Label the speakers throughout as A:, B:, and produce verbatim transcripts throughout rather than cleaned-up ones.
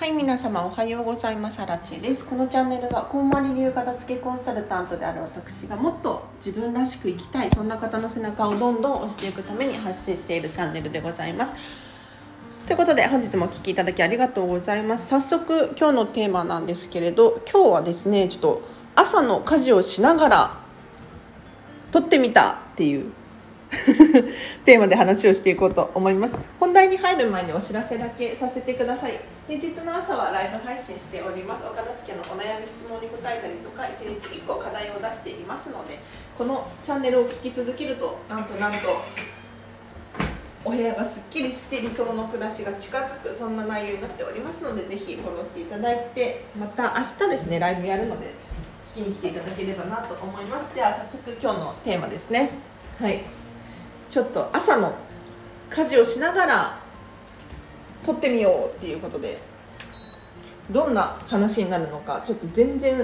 A: はい、皆様おはようございます。あらちです。このチャンネルはこんまり流片付けコンサルタントである私がもっと自分らしく生きたい、そんな方の背中をどんどん押していくために発信しているチャンネルでございます。ということで本日もお聞きいただきありがとうございます。早速今日のテーマなんですけれど、今日はですね、ちょっと朝の家事をしながら撮ってみたっていうテーマで話をしていこうと思います。本題に入る前にお知らせだけさせてください。平日の朝はライブ配信しております。お片付けのお悩み質問に答えたりとか、いちにちいっこ課題を出していますので、このチャンネルを聞き続けるとなんとなんとお部屋がすっきりして理想の暮らしが近づく、そんな内容になっておりますので、ぜひフォローしていただいて、また明日ですねライブやるので聞きに来ていただければなと思います。では早速今日のテーマですね。はい、ちょっと朝の家事をしながら撮ってみようっていうことで、どんな話になるのかちょっと全然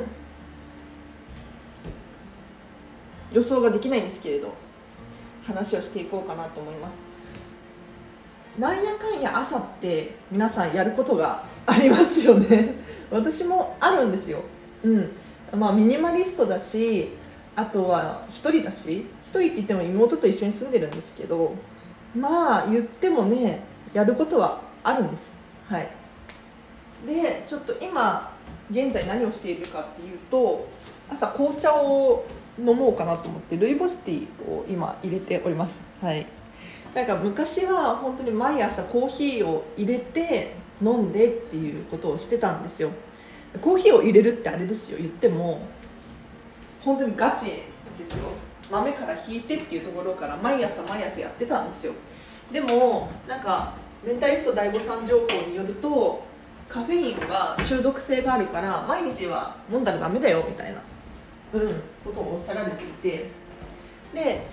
A: 予想ができないんですけれど、話をしていこうかなと思います。なんやかんや朝って皆さんやることがありますよね私もあるんですよ。うんまあミニマリストだし、あとは一人だし、一人って言っても妹と一緒に住んでるんですけど、まあ言ってもねやることはあるんです。はい。でちょっと今現在何をしているかっていうと、朝紅茶を飲もうかなと思ってルイボスティーを今入れております。はい。なんか昔は本当に毎朝コーヒーを入れて飲んでっていうことをしてたんですよ。コーヒーを入れるってあれですよ、言っても本当にガチですよ。豆からひいてっていうところから毎朝毎朝やってたんですよ。でもなんかメンタリスト大悟さん情報によると、カフェインは中毒性があるから毎日は飲んだらダメだよみたいな、うん、ことをおっしゃられていて、で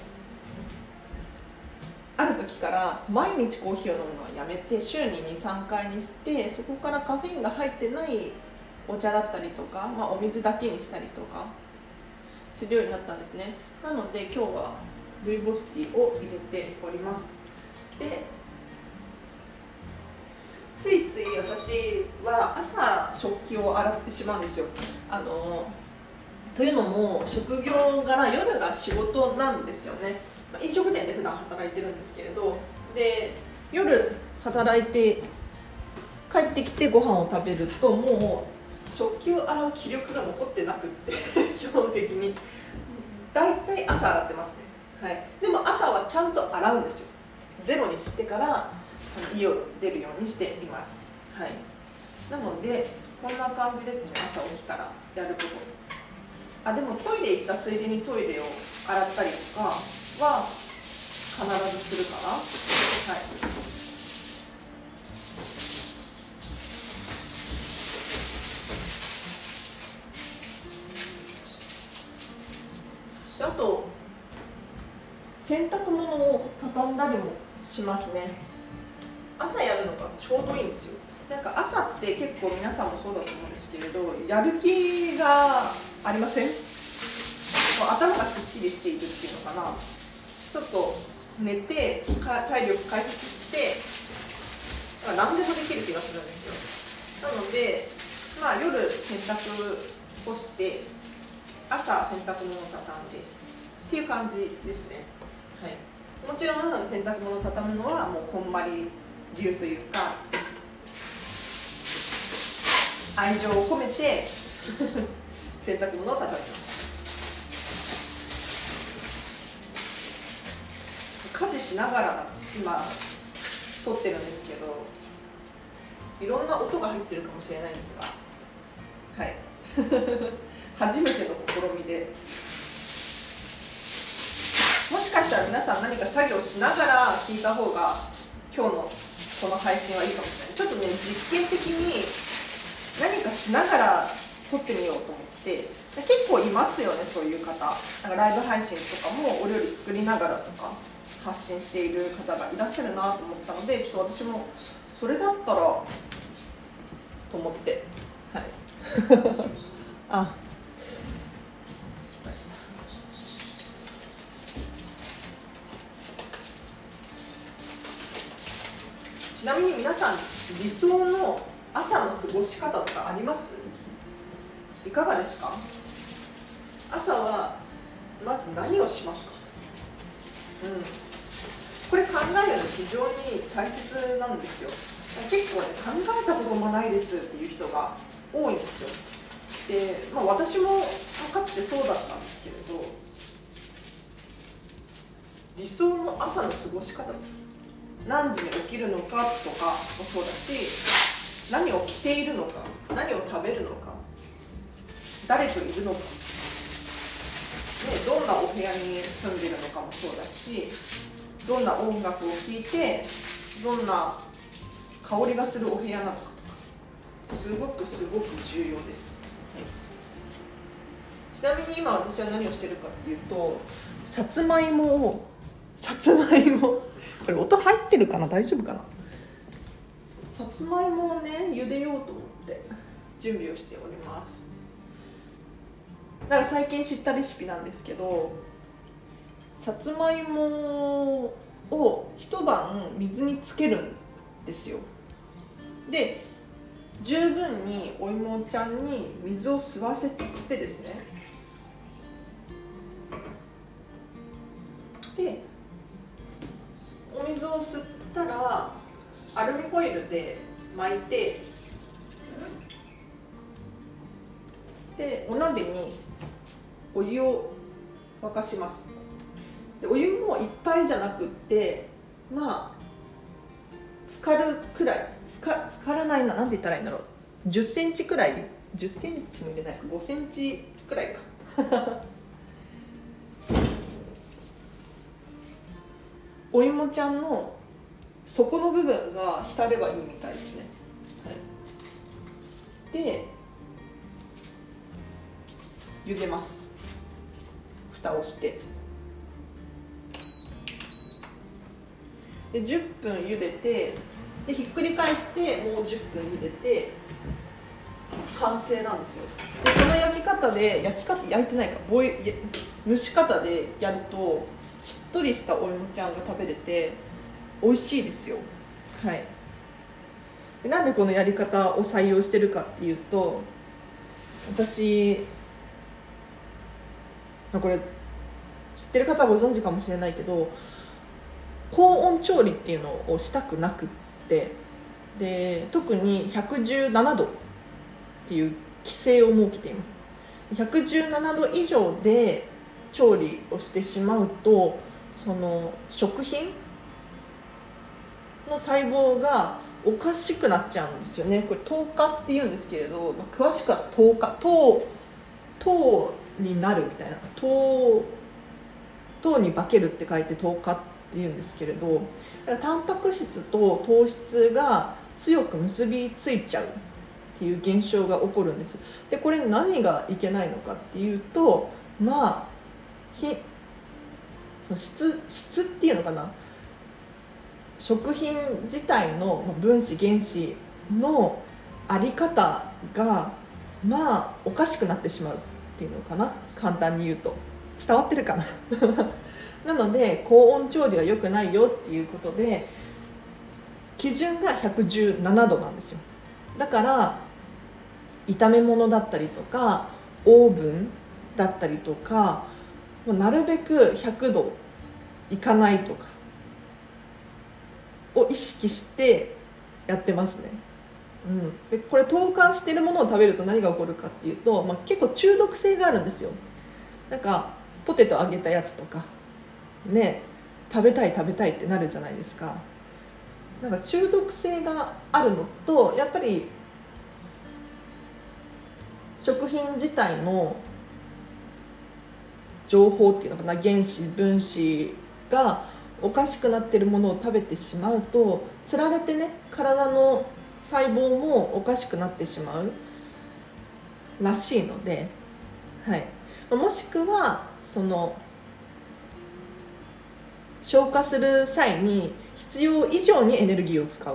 A: ある時から毎日コーヒーを飲むのはやめて週に にさんかいにして、そこからカフェインが入ってないお茶だったりとか、まあ、お水だけにしたりとかするようになったんですね。なので今日はルイボスティーを入れております。でついつい私は朝食器を洗ってしまうんですよ。あのというのも職業柄夜が仕事なんですよね。飲食店で普段働いてるんですけれど、で夜働いて帰ってきてご飯を食べるともう食器を洗う気力が残ってなくって基本的にだいたい朝洗ってますね。はい、でも朝はちゃんと洗うんですよ。ゼロにしてから家を出るようにしています。はい、なのでこんな感じですね。朝起きたらやること。あでもトイレ行ったついでにトイレを洗ったりとかは必ずするかな。はい、あと洗濯物を畳んだりもしますね。朝やるのがちょうどいいんですよ。なんか朝って結構皆さんもそうだと思うんですけれど、やる気がありません？頭がすっきりしているっていうのかな。ちょっと寝て体力回復して何でもできる気がするんですよ。なので、まあ、夜洗濯をして朝洗濯物を畳んでっていう感じですね。はい、もちろん洗濯物を畳むのはもうこんまり流というか愛情を込めて洗濯物を畳みます。家事しながら今撮ってるんですけど、いろんな音が入ってるかもしれないんですが、はい初めての試みで、もしかしたら皆さん何か作業しながら聞いた方が今日のこの配信はいいかもしれない。ちょっとね実験的に何かしながら撮ってみようと思って、結構いますよねそういう方。なんかライブ配信とかもお料理作りながらとか発信している方がいらっしゃるなと思ったので、ちょっと私もそれだったらと思って、はいあ失敗した。ちなみに皆さん理想の朝朝の過ごし方とかあります？いかがですか？朝はまず何をしますか？うん、これ考えるの非常に大切なんですよ。結構ね、考えたこともないですっていう人が多いんですよ。で、まあ、私もかつてそうだったんですけれど、理想の朝の過ごし方です。何時に起きるのかとかもそうだし、何を着ているのか、何を食べるのか、誰といるのか、ね、どんなお部屋に住んでいるのかもそうだし、どんな音楽を聴いてどんな香りがするお部屋なのかとか、すごくすごく重要です、はい、ちなみに今私は何をしてるかっていうと、さつまいもをさつまいもこれ音入ってるかな、大丈夫かな。さつまいもをね茹でようと思って準備をしております。だから最近知ったレシピなんですけど、さつまいもを一晩水につけるんですよ。で、十分にお芋ちゃんに水を吸わせてですね、でお水を吸ったらアルミホイルで巻いて、でお鍋にお湯を沸かします。でお湯もいっぱいじゃなくって、まあ浸かるくらい、浸か、浸からないな、なんて言ったらいいんだろう、じゅっセンチくらい、じゅっセンチも入れないか、ごセンチくらいかお芋ちゃんの底の部分が浸ればいいみたいですね、はい、で茹でます。蓋をしてでじゅっぷん茹でて、でひっくり返してもうじゅっぷん茹でて完成なんですよ。でこの焼き方で焼き方焼いてないかボイ蒸し方でやるとしっとりしたお芋ちゃんが食べれて美味しいですよ。はい。でなんでこのやり方を採用してるかっていうと、私これ知ってる方はご存知かもしれないけど、高温調理っていうのをしたくなくって、で特にひゃくじゅうななどっていう規制を設けています。ひゃくじゅうななど以上で調理をしてしまうと、その食品の細胞がおかしくなっちゃうんですよね。これ糖化っていうんですけれど、詳しくは糖化、糖糖になるみたいな、糖糖に化けるって書いて糖化っていうんですけれど、タンパク質と糖質が強く結びついちゃうっていう現象が起こるんです。でこれ何がいけないのかっていうと、まあひその質質っていうのかな、食品自体の分子原子のあり方がまあおかしくなってしまうっていうのかな、簡単に言うと。伝わってるかななので高温調理は良くないよっていうことで、基準がひゃくじゅうななどなんですよ。だから炒め物だったりとかオーブンだったりとか、なるべくひゃくどいかないとかを意識してやってますね。うん、でこれ投函してるものを食べると何が起こるかっていうと、まあ、結構中毒性があるんですよ。なんかポテト揚げたやつとかね、食べたい食べたいってなるじゃないですか。なんか中毒性があるのと、やっぱり食品自体の情報っていうのかな、原子分子がおかしくなってるものを食べてしまうと、つられてね、体の細胞もおかしくなってしまうらしいので、はい、もしくはその消化する際に必要以上にエネルギーを使う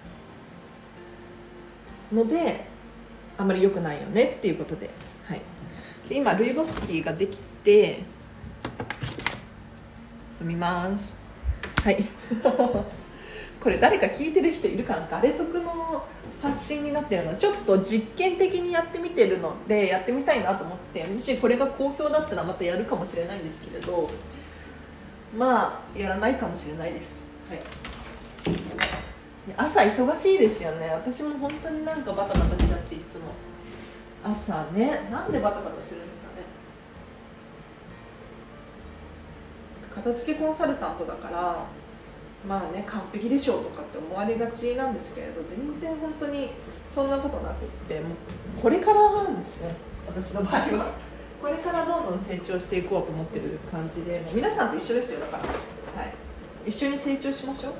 A: のであまり良くないよねっていうことで、はい、で今ルイボスティーができて飲みます。はいこれ誰か聞いてる人いるかな。誰得の発信になってるのちょっと実験的にやってみてるのでやってみたいなと思って、もしこれが好評だったらまたやるかもしれないんですけれど、まあやらないかもしれないです。はい、朝忙しいですよね。私も本当になんかバタバタしちゃって、いつも朝ね、なんでバタバタするんですかね。片付けコンサルタントだからまあね完璧でしょうとかって思われがちなんですけれど、全然本当にそんなことなくって、もうこれからなんですね、私の場合は。これからどんどん成長していこうと思ってる感じで、もう皆さんと一緒ですよ。だから、はい、一緒に成長しましょう。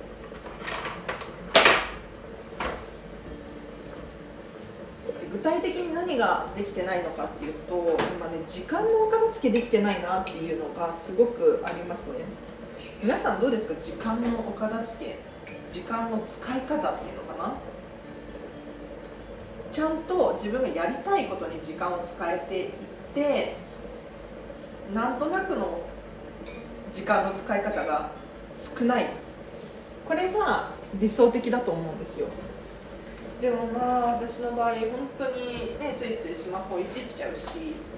A: 具体的に何ができてないのかっていうと、今ね時間のお片付けできてないなっていうのがすごくありますね。皆さんどうですか？時間のお片付け、時間の使い方っていうのかな。ちゃんと自分がやりたいことに時間を使えていって、なんとなくの時間の使い方が少ない、これが理想的だと思うんですよ。でもまあ私の場合本当にねついついスマホいじっちゃうし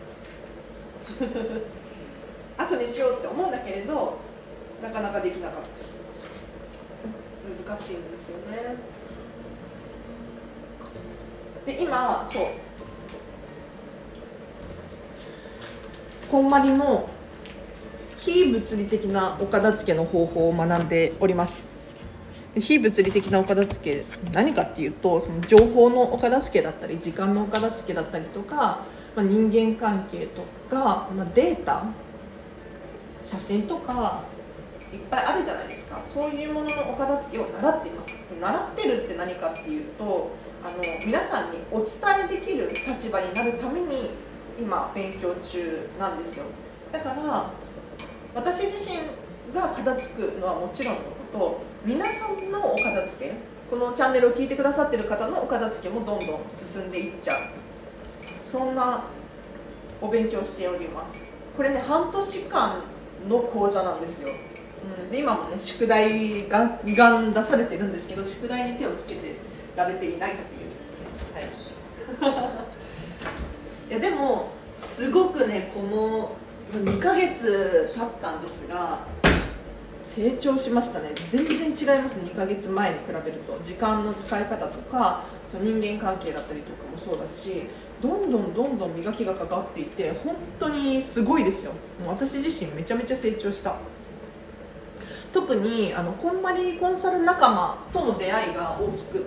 A: 後にしようって思うんだけれどなかなかできなかったりして難しいんですよね。で今そうこんまりの非物理的なお片付けの方法を学んでおります。非物理的なお片付け何かっていうと、その情報のお片付けだったり時間のお片付けだったりとか、まあ、人間関係とか、まあ、データ写真とかいっぱいあるじゃないですか。そういうもののお片付けを習っています。習ってるって何かっていうと、あの皆さんにお伝えできる立場になるために今勉強中なんですよ。だから私自身が片付くのはもちろんのこと、皆さんのお片付け、このチャンネルを聞いてくださってる方のお片付けもどんどん進んでいっちゃう、そんなお勉強しております。これね半年間の講座なんですよ。うん、で今もね宿題ががん出されてるんですけど、宿題に手をつけてられていないっていう、はい、いやでもすごくねこのにかげつ経ったんですが成長しましたね。全然違います。にかげつまえに比べると時間の使い方とか、その人間関係だったりとかもそうだし、どんどんどんどん磨きがかかっていて本当にすごいですよ。もう私自身めちゃめちゃ成長した。特にあのこんまりコンサル仲間との出会いが大きくって、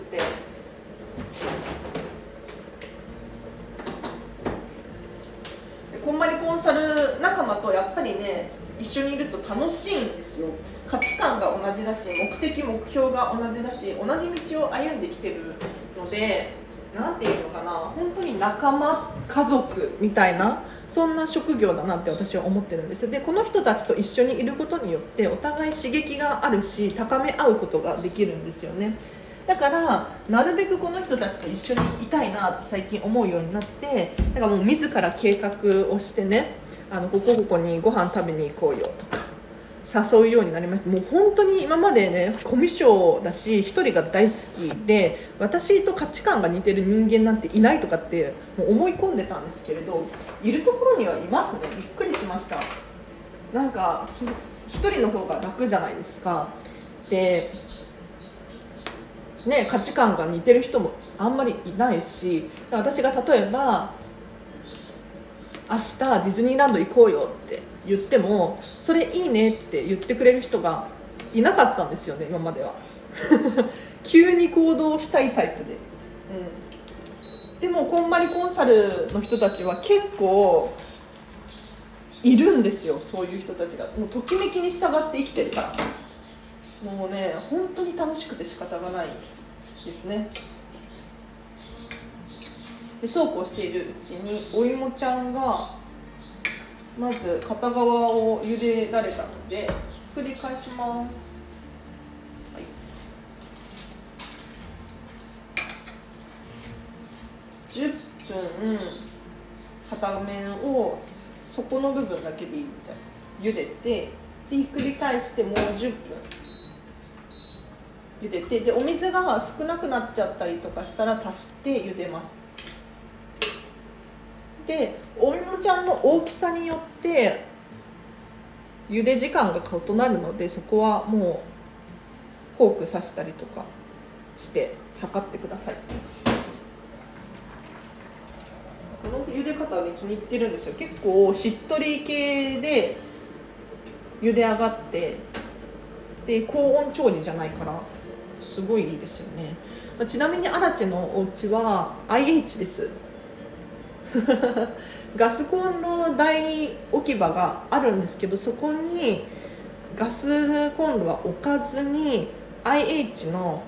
A: こんまりコンサル仲間とやっぱりね一緒にいると楽しいんですよ。価値観が同じだし、目的目標が同じだし、同じ道を歩んできてるので、なんていうのかな、本当に仲間家族みたいなそんな職業だなって私は思ってるんです。でこの人たちと一緒にいることによってお互い刺激があるし高め合うことができるんですよね。だからなるべくこの人たちと一緒にいたいなって最近思うようになって、だからもう自ら計画をしてね、あのここここにご飯食べに行こうよとか誘うようになりました。もう本当に今までねコミュ障だし一人が大好きで、私と価値観が似てる人間なんていないとかってもう思い込んでたんですけれど、いるところにはいますね。びっくりしました。なんか一人の方が楽じゃないですか。でね、価値観が似てる人もあんまりいないし、私が例えば明日ディズニーランド行こうよって言ってもそれいいねって言ってくれる人がいなかったんですよね今までは急に行動したいタイプで、うん、でもこんまりコンサルの人たちは結構いるんですよ。そういう人たちがもうときめきに従って生きてるから、もうね本当に楽しくて仕方がないですね。でそうこうしているうちにお芋ちゃんがまず片側を茹でられたのでひっくり返します、はい、じゅっぷん片面を底の部分だけでいいみたいな茹でて、でひっくり返してもうじゅっぷん茹でて、でお水が少なくなっちゃったりとかしたら足して茹でます。でお芋ちゃんの大きさによって茹で時間が異なるので、そこはもうフォーク刺したりとかして測ってください。この茹で方に気に入ってるんですよ。結構しっとり系で茹で上がって、で高温調理じゃないからすごいいいですよね。ちなみにアラチェのお家は アイエイチ ですガスコンロ台置き場があるんですけど、そこにガスコンロは置かずに アイエイチ の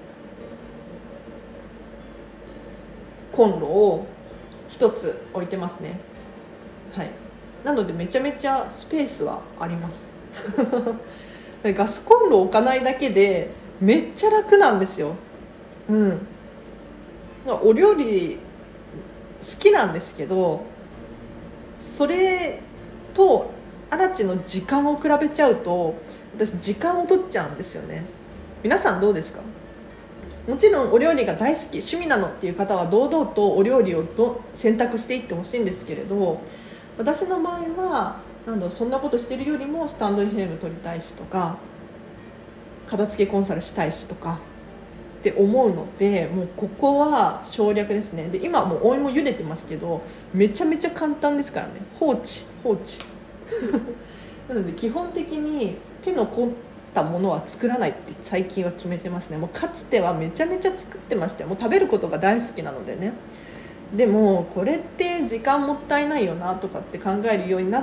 A: コンロを一つ置いてますね。はい、なのでめちゃめちゃスペースはありますガスコンロ置かないだけでめっちゃ楽なんですよ。うん、お料理好きなんですけど、それとアラチの時間を比べちゃうと私時間を取っちゃうんですよね。皆さんどうですか？もちろんお料理が大好き、趣味なのっていう方は堂々とお料理をど選択していってほしいんですけれど、私の場合はなんだろう、そんなことしてるよりもスタンド エフエム 撮りたいしとか片付けコンサルしたいしとかって思うので、もうここは省略ですね。で今もうお芋茹でてますけどめちゃめちゃ簡単ですからね。放置放置なので基本的に手の込んだものは作らないって最近は決めてますね。もうかつてはめちゃめちゃ作ってましたよ。もう食べることが大好きなのでね。でもこれって時間もったいないよなとかって考えるようになって、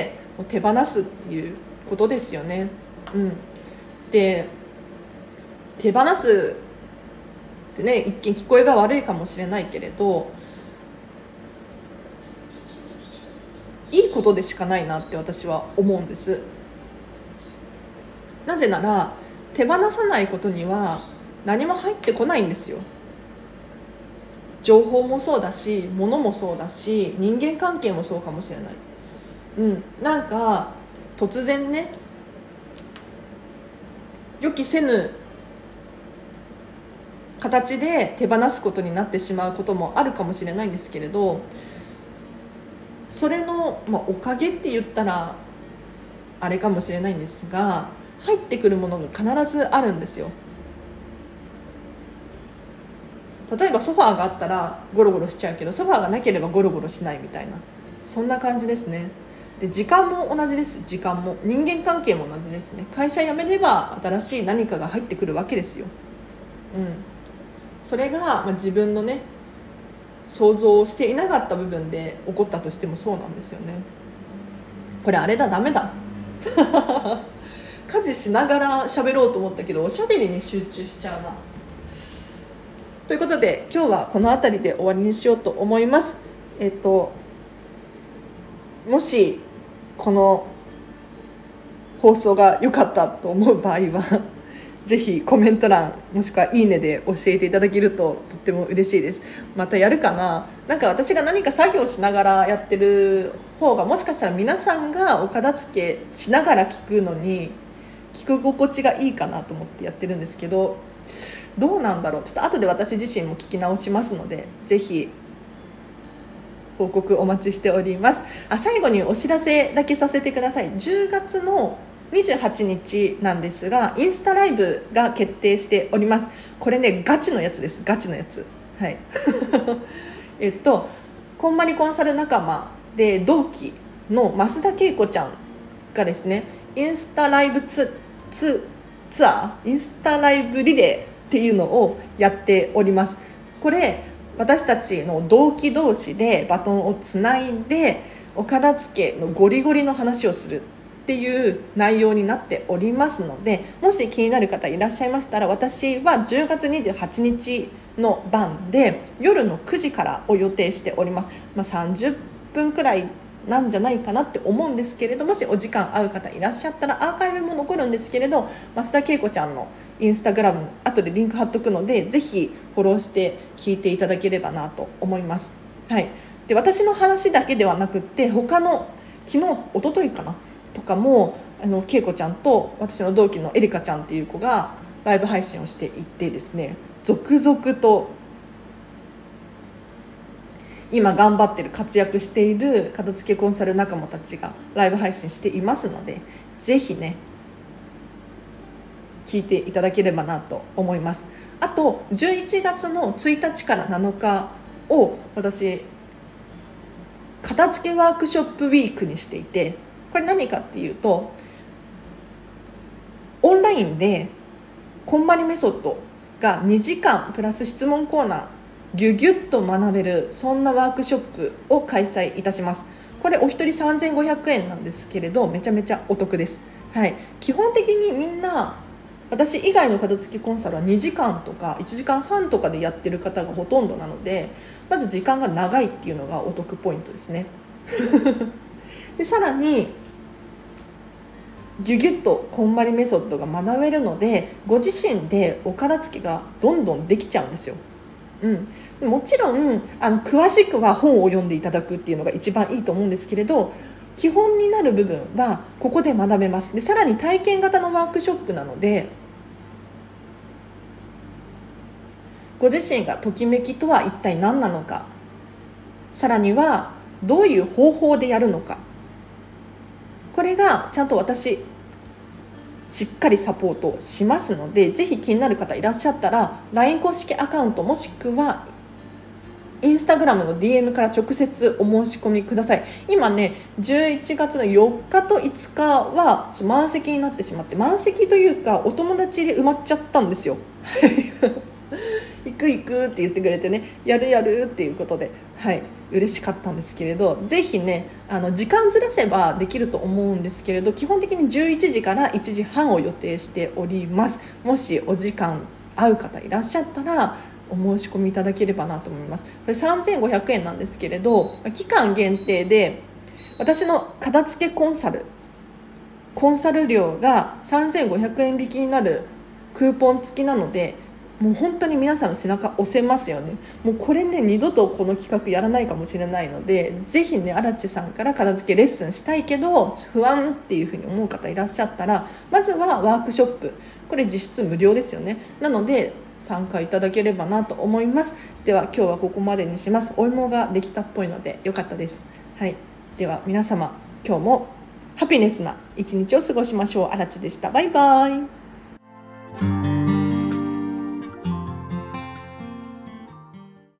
A: もう手放すっていうことですよね。うん、で手放すってね、一見聞こえが悪いかもしれないけれどいいことでしかないなって私は思うんです。なぜなら手放さないことには何も入ってこないんですよ。情報もそうだし、物もそうだし、人間関係もそうかもしれない。うん、なんか突然ね、予期せぬ形で手放すことになってしまうこともあるかもしれないんですけれど、それの、まあ、おかげって言ったらあれかもしれないんですが、入ってくるものが必ずあるんですよ。例えばソファーがあったらゴロゴロしちゃうけど、ソファーがなければゴロゴロしないみたいな、そんな感じですね。で時間も同じです。時間も人間関係も同じですね。会社辞めれば新しい何かが入ってくるわけですよ。うん、それが、まあ、自分のね想像していなかった部分で起こったとしてもそうなんですよね。これあれだ、ダメだ家事しながら喋ろうと思ったけどおしゃべりに集中しちゃうな。ということで今日はこの辺りで終わりにしようと思います。えっともしこの放送が良かったと思う場合はぜひコメント欄もしくはいいねで教えていただけるととっても嬉しいです。またやるかな。なんか私が何か作業しながらやってる方がもしかしたら皆さんがお片付けしながら聞くのに聞く心地がいいかなと思ってやってるんですけど、どうなんだろう。ちょっと後で私自身も聞き直しますのでぜひ報告お待ちしております。あ、最後にお知らせだけさせてください。じゅうがつのにじゅうはちにちなんですがインスタライブが決定しております。これねガチのやつです。ガチのやつ。はいえっとこんまりコンサル仲間で同期の増田恵子ちゃんがですね、インスタライブツツツアーインスタライブリレーっていうのをやっております。これ私たちの同期同士でバトンをつないでお片付けのゴリゴリの話をするっていう内容になっておりますので、もし気になる方いらっしゃいましたら、私はじゅうがつにじゅうはちにちの晩で夜のくじからを予定しております。まあ、さんじゅっぷんくらいなんじゃないかなって思うんですけれど、もしお時間合う方いらっしゃったらアーカイブも残るんですけれど、増田恵子ちゃんのインスタグラム後でリンク貼っとくのでぜひフォローして聞いていただければなと思います。はい、で私の話だけではなくって他の昨日一昨日かなとかもあの恵子ちゃんと私の同期のエリカちゃんっていう子がライブ配信をしていってですね、続々と今頑張ってる活躍している片付けコンサル仲間たちがライブ配信していますので、ぜひね聞いていただければなと思います。あとじゅういちがつのついたちからなのかを私片付けワークショップウィークにしていて、これ何かっていうと、オンラインでこんまりメソッドがにじかんプラス質問コーナーギュギュッと学べる、そんなワークショップを開催いたします。これお一人さんぜんごひゃくえんなんですけれど、めちゃめちゃお得です。はい、基本的にみんな私以外の片付けコンサルはにじかんとかいちじかんはんとかでやってる方がほとんどなので、まず時間が長いっていうのがお得ポイントですねでさらにギュギュッとこんまりメソッドが学べるので、ご自身でお片付けがどんどんできちゃうんですよ。うん、もちろんあの詳しくは本を読んでいただくっていうのが一番いいと思うんですけれど、基本になる部分はここで学べます。でさらに体験型のワークショップなので、ご自身がときめきとは一体何なのか、さらにはどういう方法でやるのか、これがちゃんと私しっかりサポートしますので、ぜひ気になる方いらっしゃったら ライン 公式アカウントもしくはインスタグラムの ディーエム から直接お申し込みください。今ねじゅういちがつのよっかといつかは満席になってしまって、満席というかお友達で埋まっちゃったんですよ行く行くって言ってくれてね、やるやるっていうことで、はい嬉しかったんですけれど、ぜひねあの時間ずらせばできると思うんですけれど、基本的にじゅういちじからいちじはんを予定しております。もしお時間合う方いらっしゃったらお申し込みいただければなと思います。これさんぜんごひゃくえんなんですけれど、期間限定で私の片付けコンサルコンサル料がさんぜんごひゃくえん引きになるクーポン付きなので、もう本当に皆さんの背中押せますよね。もうこれね二度とこの企画やらないかもしれないので、ぜひね荒地さんから片付けレッスンしたいけど不安っていうふうに思う方いらっしゃったら、まずはワークショップ、これ実質無料ですよね。なので参加いただければなと思います。では今日はここまでにします。お芋ができたっぽいのでよかったです。はい、では皆様今日もハピネスな一日を過ごしましょう。荒地でした。バイバイ。